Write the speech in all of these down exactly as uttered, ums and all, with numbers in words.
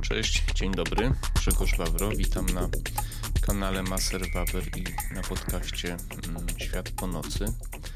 Cześć, dzień dobry, Grzegorz Wawro, witam na kanale Maser Wawer i na podcaście Świat po nocy.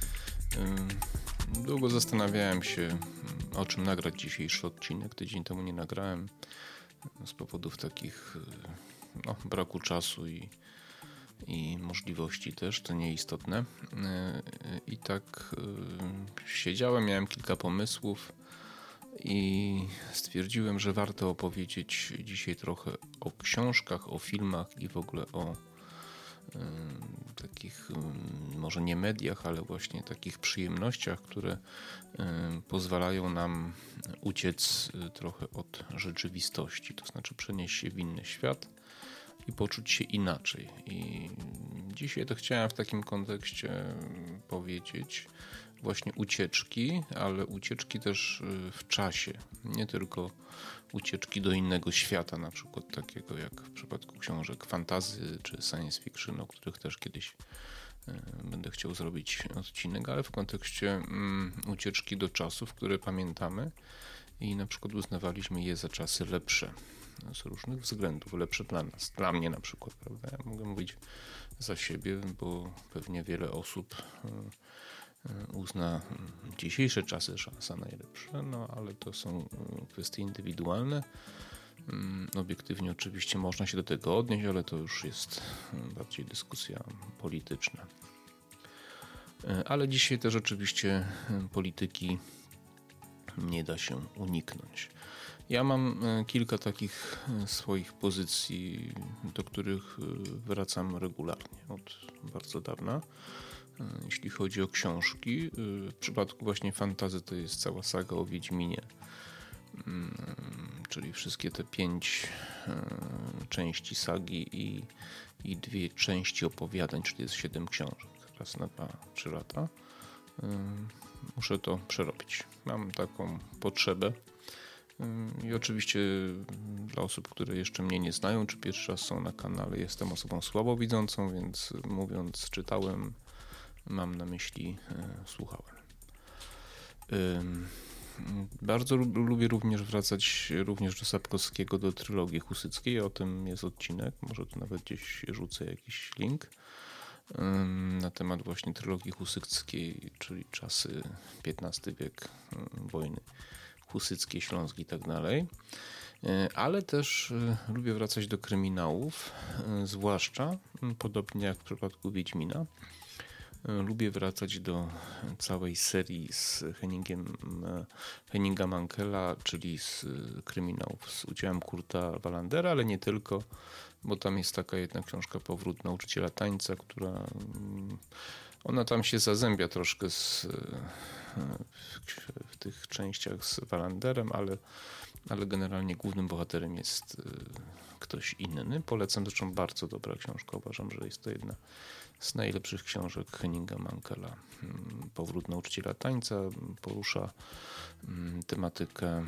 Długo zastanawiałem się, o czym nagrać dzisiejszy odcinek. Tydzień temu nie nagrałem z powodów takich no, braku czasu i, i możliwości też, to nieistotne. I tak siedziałem, miałem kilka pomysłów i stwierdziłem, że warto opowiedzieć dzisiaj trochę o książkach, o filmach i w ogóle o y, takich y, może nie mediach, ale właśnie takich przyjemnościach, które y, pozwalają nam uciec y, trochę od rzeczywistości, to znaczy przenieść się w inny świat i poczuć się inaczej. I dzisiaj to chciałem w takim kontekście powiedzieć właśnie ucieczki, ale ucieczki też w czasie, nie tylko ucieczki do innego świata, na przykład takiego jak w przypadku książek fantasy czy science fiction, o których też kiedyś będę chciał zrobić odcinek, ale w kontekście um, ucieczki do czasów, które pamiętamy i na przykład uznawaliśmy je za czasy lepsze z różnych względów, lepsze dla nas, dla mnie na przykład, prawda? Ja mogę mówić za siebie, bo pewnie wiele osób uzna dzisiejsze czasy za najlepsze, no ale to są kwestie indywidualne. Obiektywnie oczywiście można się do tego odnieść, ale to już jest bardziej dyskusja polityczna. Ale dzisiaj też oczywiście polityki nie da się uniknąć. Ja mam kilka takich swoich pozycji, do których wracam regularnie od bardzo dawna. Jeśli chodzi o książki, w przypadku właśnie fantasy to jest cała saga o Wiedźminie, czyli wszystkie te pięć części sagi i, i dwie części opowiadań, czyli jest siedem książek, raz na dwa, trzy lata. Muszę to przerobić. Mam taką potrzebę. I oczywiście dla osób, które jeszcze mnie nie znają, czy pierwszy raz są na kanale, jestem osobą słabowidzącą, więc mówiąc czytałem, mam na myśli słuchałem. Bardzo lubię również wracać również do Sapkowskiego, do trylogii husyckiej. O tym jest odcinek, może tu nawet gdzieś rzucę jakiś link na temat właśnie trylogii husyckiej, czyli czasy piętnasty wiek, wojny husyckie, śląskie i tak dalej. Ale też lubię wracać do kryminałów, zwłaszcza, podobnie jak w przypadku Wiedźmina, lubię wracać do całej serii z Henningiem, Henninga Mankella, czyli z kryminałów z udziałem Kurta Wallandera, ale nie tylko, bo tam jest taka jedna książka Powrót nauczyciela tańca, która ona tam się zazębia troszkę z, w, w tych częściach z Wallanderem, ale, ale generalnie głównym bohaterem jest ktoś inny. Polecam, zresztą bardzo dobra książka. Uważam, że jest to jedna z najlepszych książek Henninga Mankella. Powrót nauczyciela tańca porusza tematykę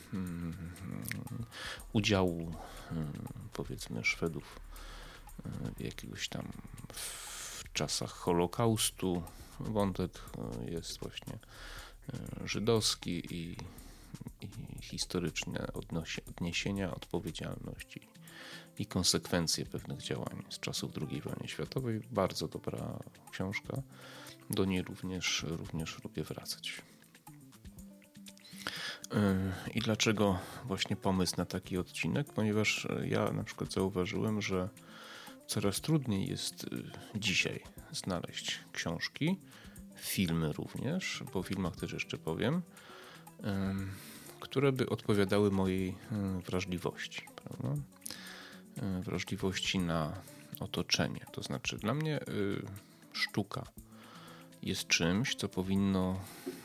udziału, powiedzmy, Szwedów jakiegoś tam w czasach Holokaustu. Wątek jest właśnie żydowski i, i historyczne odnosi, odniesienia, odpowiedzialności i konsekwencje pewnych działań z czasów drugiej wojny światowej. Bardzo dobra książka. Do niej również, również lubię wracać. I dlaczego właśnie pomysł na taki odcinek? Ponieważ ja na przykład zauważyłem, że coraz trudniej jest dzisiaj znaleźć książki, filmy również, bo o filmach też jeszcze powiem, które by odpowiadały mojej wrażliwości, prawda? Wrażliwości na otoczenie. To znaczy dla mnie sztuka jest czymś, co powinno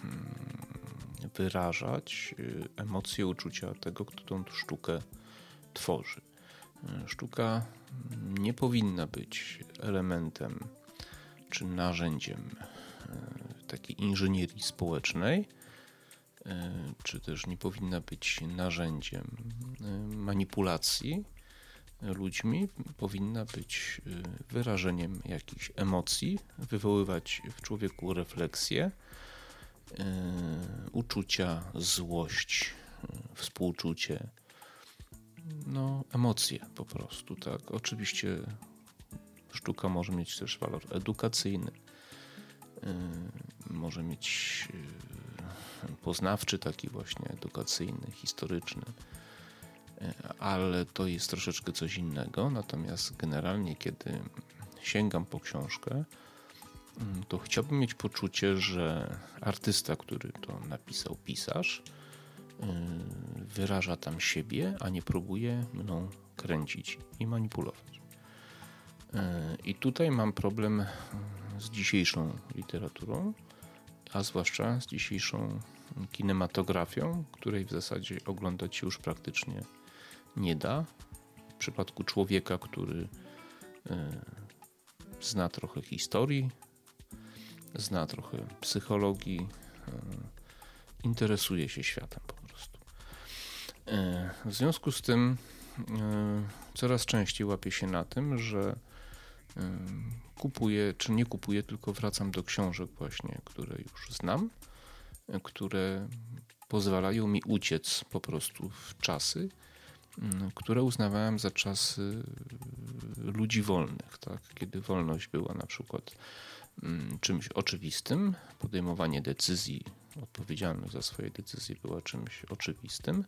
wyrażać emocje, uczucia tego, kto tą sztukę tworzy. Sztuka nie powinna być elementem czy narzędziem takiej inżynierii społecznej, czy też nie powinna być narzędziem manipulacji ludźmi, powinna być wyrażeniem jakichś emocji, wywoływać w człowieku refleksję, uczucia, złość, współczucie, no, emocje po prostu, tak. Oczywiście sztuka może mieć też walor edukacyjny, yy, może mieć yy, poznawczy, taki właśnie edukacyjny, historyczny, yy, ale to jest troszeczkę coś innego. Natomiast generalnie, kiedy sięgam po książkę, yy, to chciałbym mieć poczucie, że artysta, który to napisał, pisarz, yy, wyraża tam siebie, a nie próbuje mną kręcić i manipulować. I tutaj mam problem z dzisiejszą literaturą, a zwłaszcza z dzisiejszą kinematografią, której w zasadzie oglądać się już praktycznie nie da. W przypadku człowieka, który zna trochę historii, zna trochę psychologii, interesuje się światem po prostu. W związku z tym coraz częściej łapię się na tym, że kupuję, czy nie kupuję, tylko wracam do książek właśnie, które już znam, które pozwalają mi uciec po prostu w czasy, które uznawałem za czasy ludzi wolnych, tak? Kiedy wolność była na przykład czymś oczywistym, podejmowanie decyzji, odpowiedzialność za swoje decyzje była czymś oczywistym.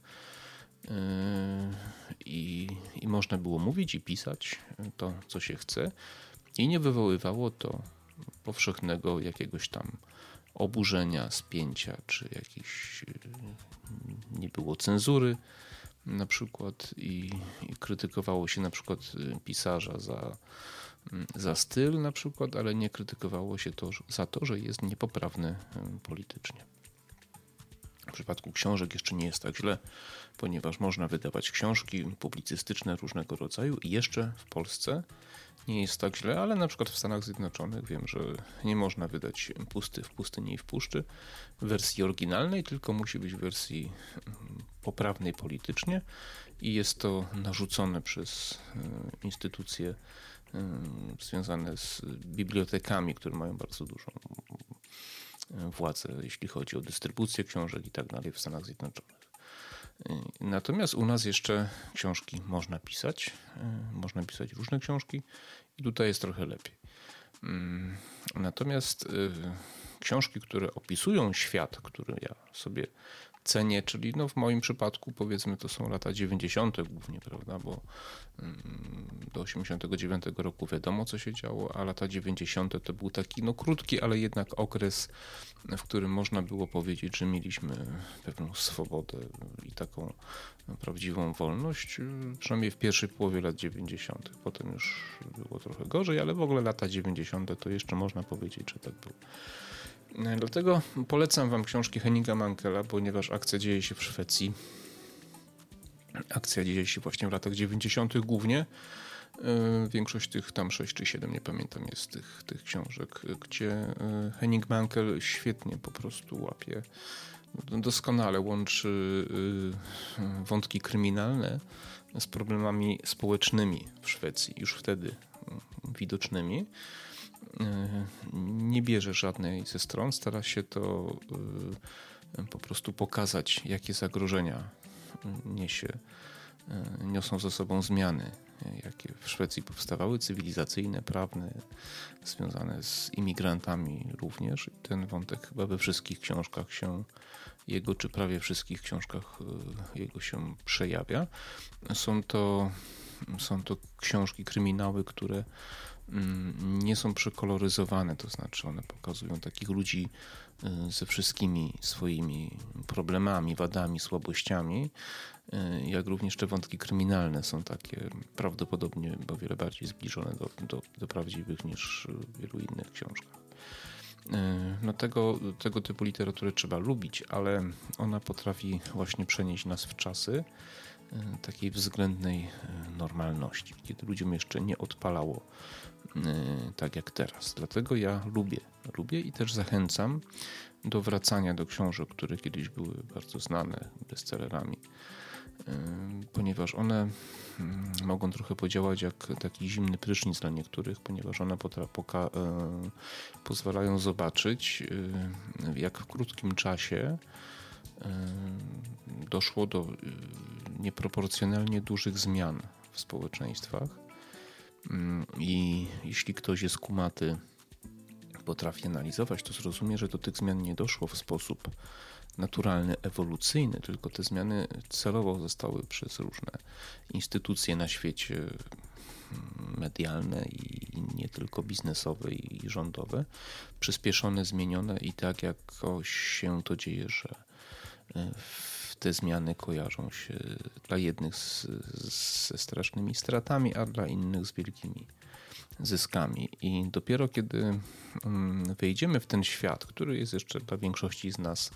I, I można było mówić i pisać to, co się chce, i nie wywoływało to powszechnego jakiegoś tam oburzenia, spięcia, czy jakiś, nie było cenzury na przykład, i, i krytykowało się na przykład pisarza za, za styl na przykład, ale nie krytykowało się to za to, że jest niepoprawny politycznie. W przypadku książek jeszcze nie jest tak źle, ponieważ można wydawać książki publicystyczne różnego rodzaju i jeszcze w Polsce nie jest tak źle, ale na przykład w Stanach Zjednoczonych wiem, że nie można wydać Pusty w pustyni i w puszczy w wersji oryginalnej, tylko musi być w wersji poprawnej politycznie i jest to narzucone przez instytucje związane z bibliotekami, które mają bardzo dużą władzę, jeśli chodzi o dystrybucję książek i tak dalej w Stanach Zjednoczonych. Natomiast u nas jeszcze książki można pisać, można pisać różne książki i tutaj jest trochę lepiej. Natomiast książki, które opisują świat, który ja sobie cenię, czyli no w moim przypadku powiedzmy to są lata dziewięćdziesiąte głównie, prawda, bo do osiemdziesiątego dziewiątego roku wiadomo, co się działo, a lata dziewięćdziesiąte to był taki no krótki, ale jednak okres, w którym można było powiedzieć, że mieliśmy pewną swobodę i taką prawdziwą wolność, przynajmniej w pierwszej połowie lat dziewięćdziesiątych. Potem już było trochę gorzej, ale w ogóle lata dziewięćdziesiąte to jeszcze można powiedzieć, że tak było. Dlatego polecam wam książki Henninga Mankella, ponieważ akcja dzieje się w Szwecji. Akcja dzieje się właśnie w latach dziewięćdziesiątych głównie. Większość tych tam sześć czy siedem, nie pamiętam, jest tych, tych książek, gdzie Henning Mankell świetnie po prostu łapie, doskonale łączy wątki kryminalne z problemami społecznymi w Szwecji, już wtedy widocznymi. Nie bierze żadnej ze stron, stara się to po prostu pokazać, jakie zagrożenia niesie, niosą ze sobą zmiany, jakie w Szwecji powstawały, cywilizacyjne, prawne, związane z imigrantami również. I ten wątek chyba we wszystkich książkach się jego, czy prawie wszystkich książkach jego się przejawia. Są to, są to książki, kryminały, które nie są przekoloryzowane, to znaczy one pokazują takich ludzi ze wszystkimi swoimi problemami, wadami, słabościami, jak również te wątki kryminalne są takie prawdopodobnie o wiele bardziej zbliżone do, do, do prawdziwych niż w wielu innych książkach. No tego, tego typu literaturę trzeba lubić, ale ona potrafi właśnie przenieść nas w czasy takiej względnej normalności, kiedy ludziom jeszcze nie odpalało tak jak teraz. Dlatego ja lubię, lubię i też zachęcam do wracania do książek, które kiedyś były bardzo znane bestsellerami, ponieważ one mogą trochę podziałać jak taki zimny prysznic dla niektórych, ponieważ one potra- poka- pozwalają zobaczyć, jak w krótkim czasie doszło do nieproporcjonalnie dużych zmian w społeczeństwach i jeśli ktoś jest kumaty, potrafi analizować, to zrozumie, że do tych zmian nie doszło w sposób naturalny, ewolucyjny, tylko te zmiany celowo zostały przez różne instytucje na świecie medialne i nie tylko biznesowe i rządowe, przyspieszone, zmienione i tak jakoś się to dzieje, że te zmiany kojarzą się dla jednych z, ze strasznymi stratami, a dla innych z wielkimi zyskami. I dopiero kiedy wejdziemy w ten świat, który jest jeszcze dla większości z nas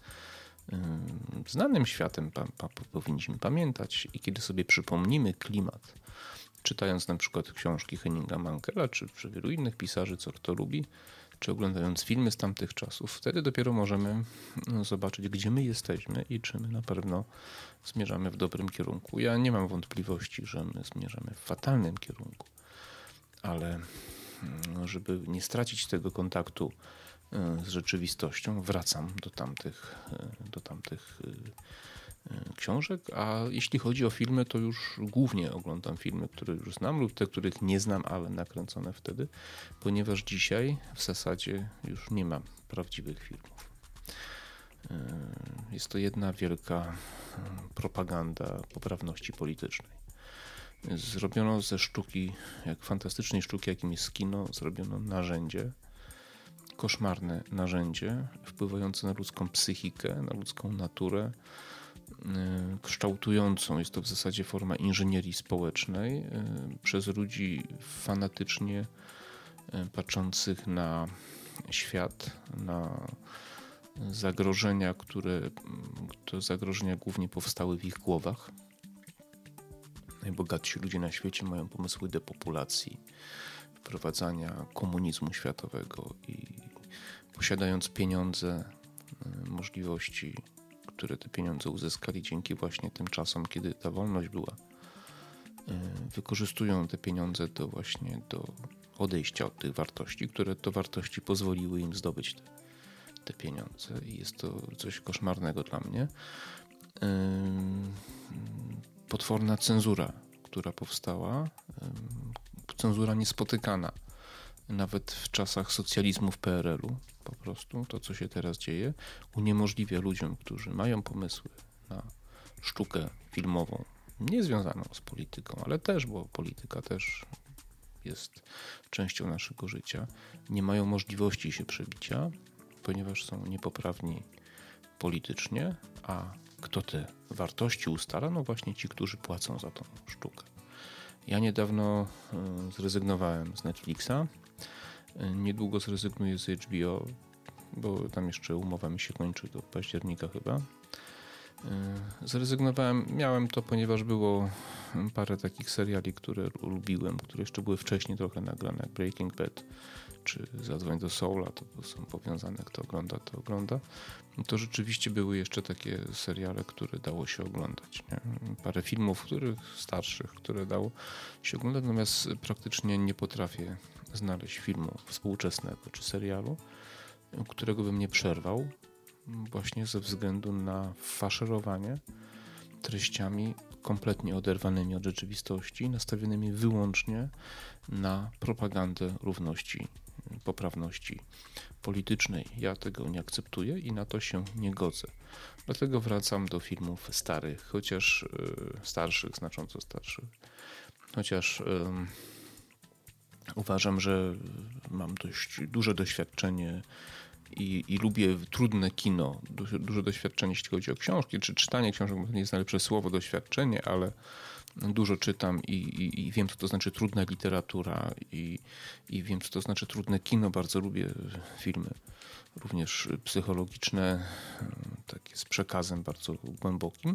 znanym światem, pa, pa, powinniśmy pamiętać, i kiedy sobie przypomnimy klimat, czytając na przykład książki Henninga Mankella, czy, czy wielu innych pisarzy, co kto lubi, czy oglądając filmy z tamtych czasów, wtedy dopiero możemy zobaczyć, gdzie my jesteśmy i czy my na pewno zmierzamy w dobrym kierunku. Ja nie mam wątpliwości, że my zmierzamy w fatalnym kierunku, ale żeby nie stracić tego kontaktu z rzeczywistością, wracam do tamtych, do tamtych książek, a jeśli chodzi o filmy, to już głównie oglądam filmy, które już znam lub te, których nie znam, ale nakręcone wtedy, ponieważ dzisiaj w zasadzie już nie ma prawdziwych filmów. Jest to jedna wielka propaganda poprawności politycznej. Zrobiono ze sztuki, jak fantastycznej sztuki, jakim jest kino, zrobiono narzędzie, koszmarne narzędzie wpływające na ludzką psychikę, na ludzką naturę, kształtującą, jest to w zasadzie forma inżynierii społecznej, przez ludzi fanatycznie patrzących na świat, na zagrożenia, które to zagrożenia głównie powstały w ich głowach. Najbogatsi ludzie na świecie mają pomysły depopulacji, wprowadzania komunizmu światowego i posiadając pieniądze, możliwości, które te pieniądze uzyskali dzięki właśnie tym czasom, kiedy ta wolność była, wykorzystują te pieniądze do właśnie do odejścia od tych wartości, które to wartości pozwoliły im zdobyć te, te pieniądze. I jest to coś koszmarnego dla mnie. Potworna cenzura, która powstała, cenzura niespotykana nawet w czasach socjalizmu w P R L u. Po prostu to, co się teraz dzieje, uniemożliwia ludziom, którzy mają pomysły na sztukę filmową, nie związaną z polityką, ale też, bo polityka też jest częścią naszego życia, nie mają możliwości się przebicia, ponieważ są niepoprawni politycznie, a kto te wartości ustala? No właśnie ci, którzy płacą za tą sztukę. Ja niedawno zrezygnowałem z Netflixa, niedługo zrezygnuję z H B O, bo tam jeszcze umowa mi się kończy do października chyba. Zrezygnowałem, miałem to, ponieważ było parę takich seriali, które lubiłem, które jeszcze były wcześniej trochę nagrane, jak Breaking Bad czy Zadzwoń do Soula, to są powiązane, kto ogląda, to ogląda. To rzeczywiście były jeszcze takie seriale, które dało się oglądać. Nie? Parę filmów, których starszych, które dało się oglądać, natomiast praktycznie nie potrafię znaleźć filmu współczesnego czy serialu, którego bym nie przerwał, właśnie ze względu na faszerowanie treściami kompletnie oderwanymi od rzeczywistości, nastawionymi wyłącznie na propagandę równości, poprawności politycznej. Ja tego nie akceptuję i na to się nie godzę. Dlatego wracam do filmów starych, chociaż yy, starszych, znacząco starszych. Chociaż yy, uważam, że mam dość duże doświadczenie I, i lubię trudne kino, duże, duże doświadczenie, jeśli chodzi o książki, czy czytanie książek, bo to nie jest najlepsze słowo doświadczenie, ale dużo czytam i, i, i wiem, co to znaczy trudna literatura i, i wiem, co to znaczy trudne kino. Bardzo lubię filmy, również psychologiczne, takie z przekazem bardzo głębokim.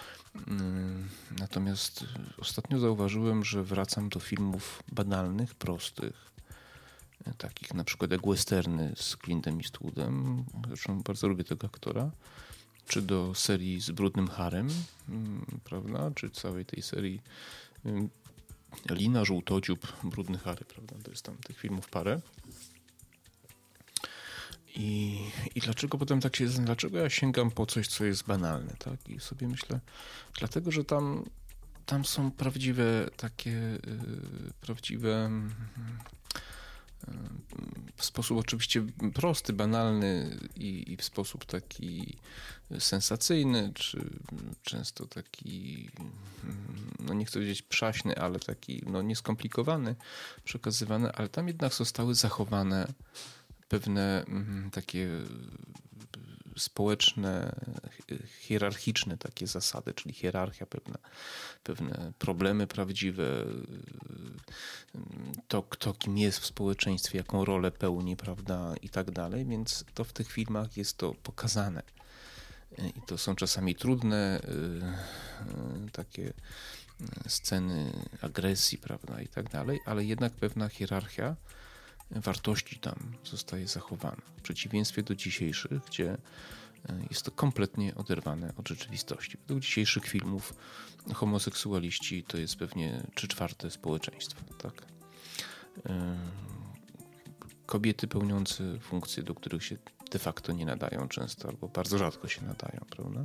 Natomiast ostatnio zauważyłem, że wracam do filmów banalnych, prostych, takich na przykład jak westerny z Clintem Eastwoodem, zresztą bardzo lubię tego aktora, czy do serii z Brudnym Harem, prawda, czy całej tej serii Lina, Żółtodziób, Brudny Harry, prawda, to jest tam tych filmów parę. I, I, i dlaczego potem tak się, dlaczego ja sięgam po coś, co jest banalne, tak? I sobie myślę, dlatego, że tam, tam są prawdziwe takie, yy, prawdziwe, yy, w sposób oczywiście prosty, banalny i, i w sposób taki sensacyjny, czy często taki, no nie chcę powiedzieć przaśny, ale taki no nieskomplikowany, przekazywany, ale tam jednak zostały zachowane pewne mm, takie społeczne, hierarchiczne takie zasady, czyli hierarchia pewna, pewne problemy prawdziwe, to kto kim jest w społeczeństwie, jaką rolę pełni, prawda, i tak dalej, więc to w tych filmach jest to pokazane. I to są czasami trudne takie sceny agresji, prawda, i tak dalej, ale jednak pewna hierarchia wartości tam zostaje zachowana. W przeciwieństwie do dzisiejszych, gdzie jest to kompletnie oderwane od rzeczywistości. Według dzisiejszych filmów homoseksualiści to jest pewnie trzy czwarte społeczeństwa. Tak? Kobiety pełniące funkcje, do których się de facto nie nadają często, albo bardzo rzadko się nadają, prawda?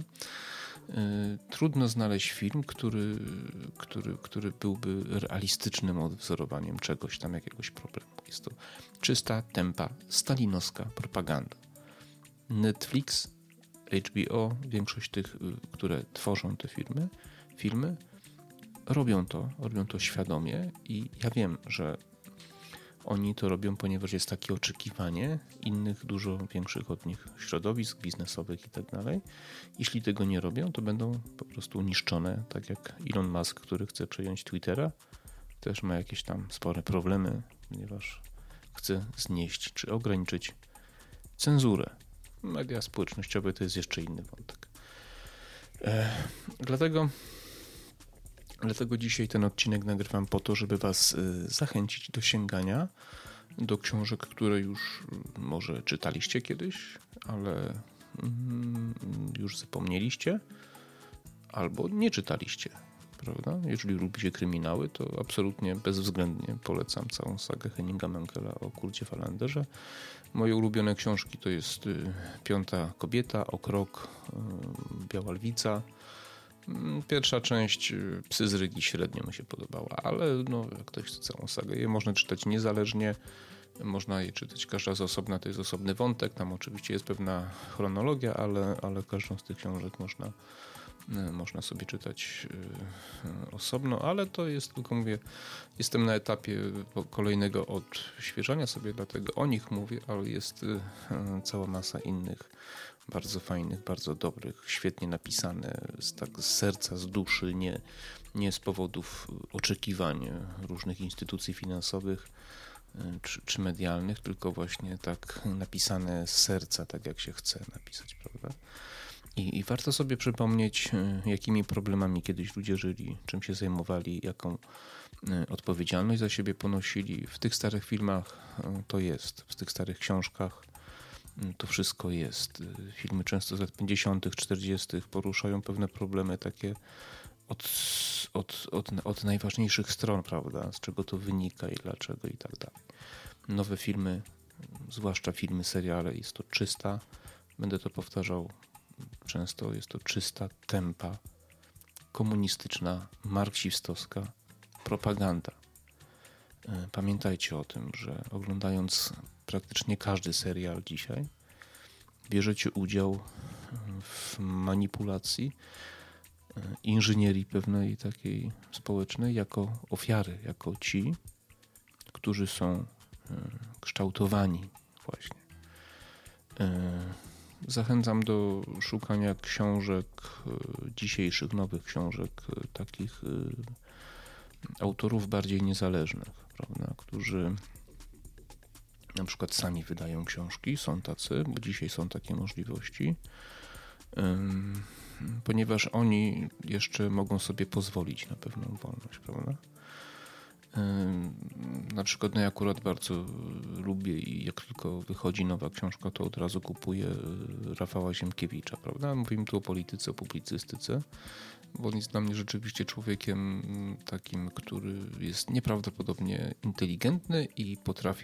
Trudno znaleźć film, który, który, który byłby realistycznym odwzorowaniem czegoś tam, jakiegoś problemu. Jest to czysta, tępa, stalinowska propaganda. Netflix, H B O, większość tych, które tworzą te filmy, filmy, robią to, robią to świadomie i ja wiem, że oni to robią, ponieważ jest takie oczekiwanie innych, dużo większych od nich środowisk biznesowych i tak dalej. Jeśli tego nie robią, to będą po prostu niszczone, tak jak Elon Musk, który chce przejąć Twittera. Też ma jakieś tam spore problemy, ponieważ chce znieść czy ograniczyć cenzurę. Media społecznościowe to jest jeszcze inny wątek. E, dlatego Dlatego dzisiaj ten odcinek nagrywam po to, żeby was zachęcić do sięgania do książek, które już może czytaliście kiedyś, ale już zapomnieliście, albo nie czytaliście, prawda? Jeżeli lubicie kryminały, to absolutnie bezwzględnie polecam całą sagę Henninga Mankella o Kurcie Wallanderze. Moje ulubione książki to jest Piąta kobieta, Okrok, Biała lwica. Pierwsza część Psy z Rygi średnio mi się podobała, ale no, jak ktoś chce całą sagę, je można czytać niezależnie, można je czytać każda z osobna, to jest osobny wątek, tam oczywiście jest pewna chronologia, ale, ale każdą z tych książek można, można sobie czytać osobno, ale to jest tylko, mówię, jestem na etapie kolejnego odświeżania sobie, dlatego o nich mówię, ale jest cała masa innych bardzo fajnych, bardzo dobrych, świetnie napisane, z, tak, z serca, z duszy, nie, nie z powodów oczekiwań różnych instytucji finansowych czy, czy medialnych, tylko właśnie tak napisane z serca, tak jak się chce napisać, prawda? I, i warto sobie przypomnieć, jakimi problemami kiedyś ludzie żyli, czym się zajmowali, jaką odpowiedzialność za siebie ponosili. W tych starych filmach to jest, w tych starych książkach to wszystko jest. Filmy często z lat pięćdziesiątych, czterdziestych poruszają pewne problemy takie od, od, od, od najważniejszych stron, prawda? Z czego to wynika i dlaczego i tak dalej. Nowe filmy, zwłaszcza filmy, seriale, jest to czysta, będę to powtarzał często, jest to czysta, tępa, komunistyczna, marksistowska propaganda. Pamiętajcie o tym, że oglądając praktycznie każdy serial dzisiaj, bierzecie udział w manipulacji, inżynierii pewnej takiej społecznej jako ofiary, jako ci, którzy są kształtowani właśnie. Zachęcam do szukania książek, dzisiejszych, nowych książek, takich autorów bardziej niezależnych, prawda, którzy na przykład sami wydają książki, są tacy, bo dzisiaj są takie możliwości, um, ponieważ oni jeszcze mogą sobie pozwolić na pewną wolność, prawda? Um, na przykład no ja akurat bardzo lubię i jak tylko wychodzi nowa książka, to od razu kupuję Rafała Ziemkiewicza, prawda? Mówimy tu o polityce, o publicystyce, bo on jest dla mnie rzeczywiście człowiekiem takim, który jest nieprawdopodobnie inteligentny i potrafi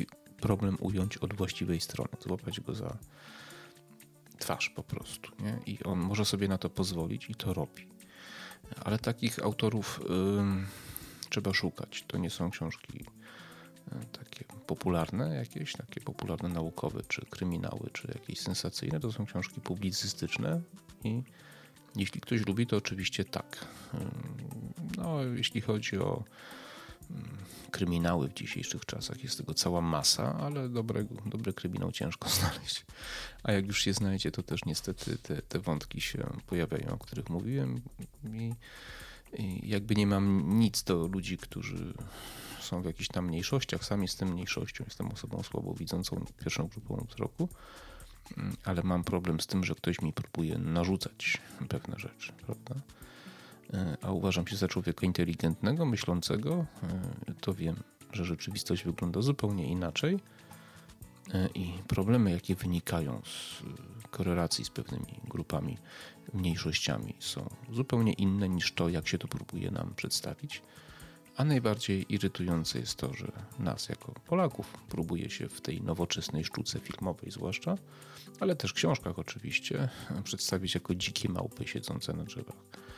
problem ująć od właściwej strony, złapać go za twarz po prostu, nie? I on może sobie na to pozwolić i to robi. Ale takich autorów y, trzeba szukać. To nie są książki y, takie popularne jakieś, takie popularne naukowe, czy kryminały, czy jakieś sensacyjne. To są książki publicystyczne i jeśli ktoś lubi, to oczywiście tak. Y, no, jeśli chodzi o kryminały w dzisiejszych czasach, jest tego cała masa, ale dobrego, dobry kryminał ciężko znaleźć. A jak już się znajdzie, to też niestety te, te wątki się pojawiają, o których mówiłem i, i jakby nie mam nic do ludzi, którzy są w jakichś tam mniejszościach. Sam jestem mniejszością, jestem osobą słabowidzącą, pierwszą grupą wzroku, ale mam problem z tym, że ktoś mi próbuje narzucać pewne rzeczy, prawda? A uważam się za człowieka inteligentnego, myślącego, to wiem, że rzeczywistość wygląda zupełnie inaczej i problemy, jakie wynikają z korelacji z pewnymi grupami, mniejszościami, są zupełnie inne niż to, jak się to próbuje nam przedstawić. A najbardziej irytujące jest to, że nas jako Polaków próbuje się w tej nowoczesnej sztuce filmowej zwłaszcza, ale też książkach oczywiście, przedstawić jako dzikie małpy siedzące na drzewach.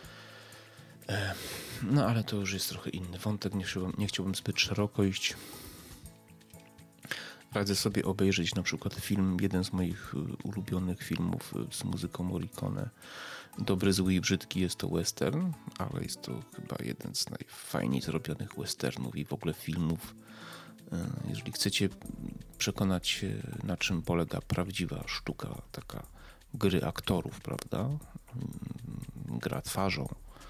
No ale to już jest trochę inny wątek, nie chciałbym, nie chciałbym zbyt szeroko iść. Radzę sobie obejrzeć na przykład film, jeden z moich ulubionych filmów z muzyką Morricone. Dobry, zły i brzydki, jest to western, ale jest to chyba jeden z najfajniej zrobionych westernów i w ogóle filmów. Jeżeli chcecie przekonać się, na czym polega prawdziwa sztuka, taka gry aktorów, prawda? Gra twarzą,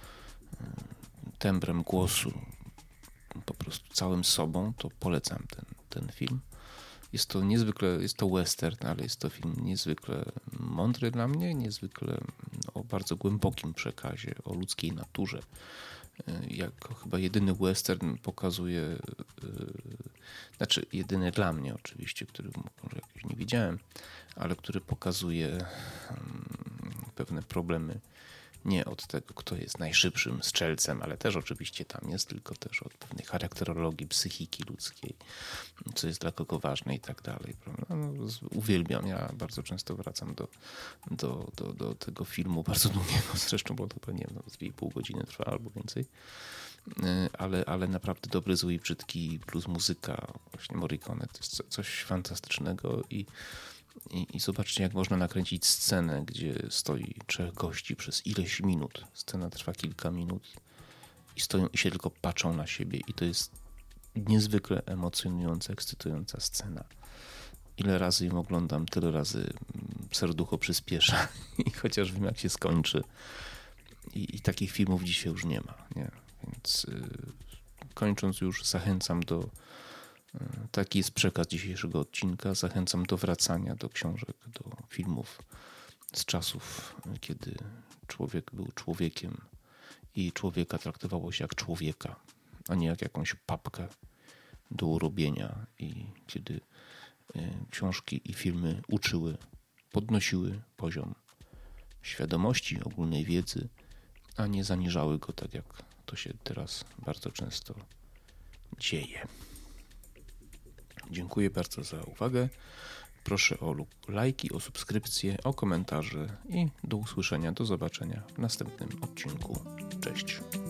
tembrem głosu, po prostu całym sobą, to polecam ten, ten film. Jest to niezwykle, jest to western, ale jest to film niezwykle mądry dla mnie, niezwykle o bardzo głębokim przekazie, o ludzkiej naturze. Jako chyba jedyny western pokazuje, yy, znaczy jedyny dla mnie oczywiście, który może jakoś nie widziałem, ale który pokazuje yy, pewne problemy nie od tego, kto jest najszybszym strzelcem, ale też oczywiście tam jest, tylko też od pewnej charakterologii, psychiki ludzkiej, co jest dla kogo ważne i tak dalej. No, uwielbiam, ja bardzo często wracam do, do, do, do tego filmu, bardzo długiego zresztą, bo to pewnie no, dwie i pół godziny trwa albo więcej, ale, ale naprawdę dobry, zły i brzydki plus muzyka, właśnie Morricone, to jest coś fantastycznego i I, I zobaczcie, jak można nakręcić scenę, gdzie stoi trzech gości przez ileś minut. Scena trwa kilka minut i stoją i się tylko patrzą na siebie i to jest niezwykle emocjonująca, ekscytująca scena. Ile razy ją oglądam, tyle razy serducho przyspiesza i chociaż wiem, jak się skończy. I, i takich filmów dzisiaj już nie ma, nie? Więc yy, kończąc już, zachęcam do Taki jest przekaz dzisiejszego odcinka. Zachęcam do wracania do książek, do filmów z czasów, kiedy człowiek był człowiekiem i człowieka traktowało się jak człowieka, a nie jak jakąś papkę do urobienia. I kiedy książki i filmy uczyły, podnosiły poziom świadomości, ogólnej wiedzy, a nie zaniżały go tak, jak to się teraz bardzo często dzieje. Dziękuję bardzo za uwagę. Proszę o lajki, o subskrypcje, o komentarze i do usłyszenia, do zobaczenia w następnym odcinku. Cześć.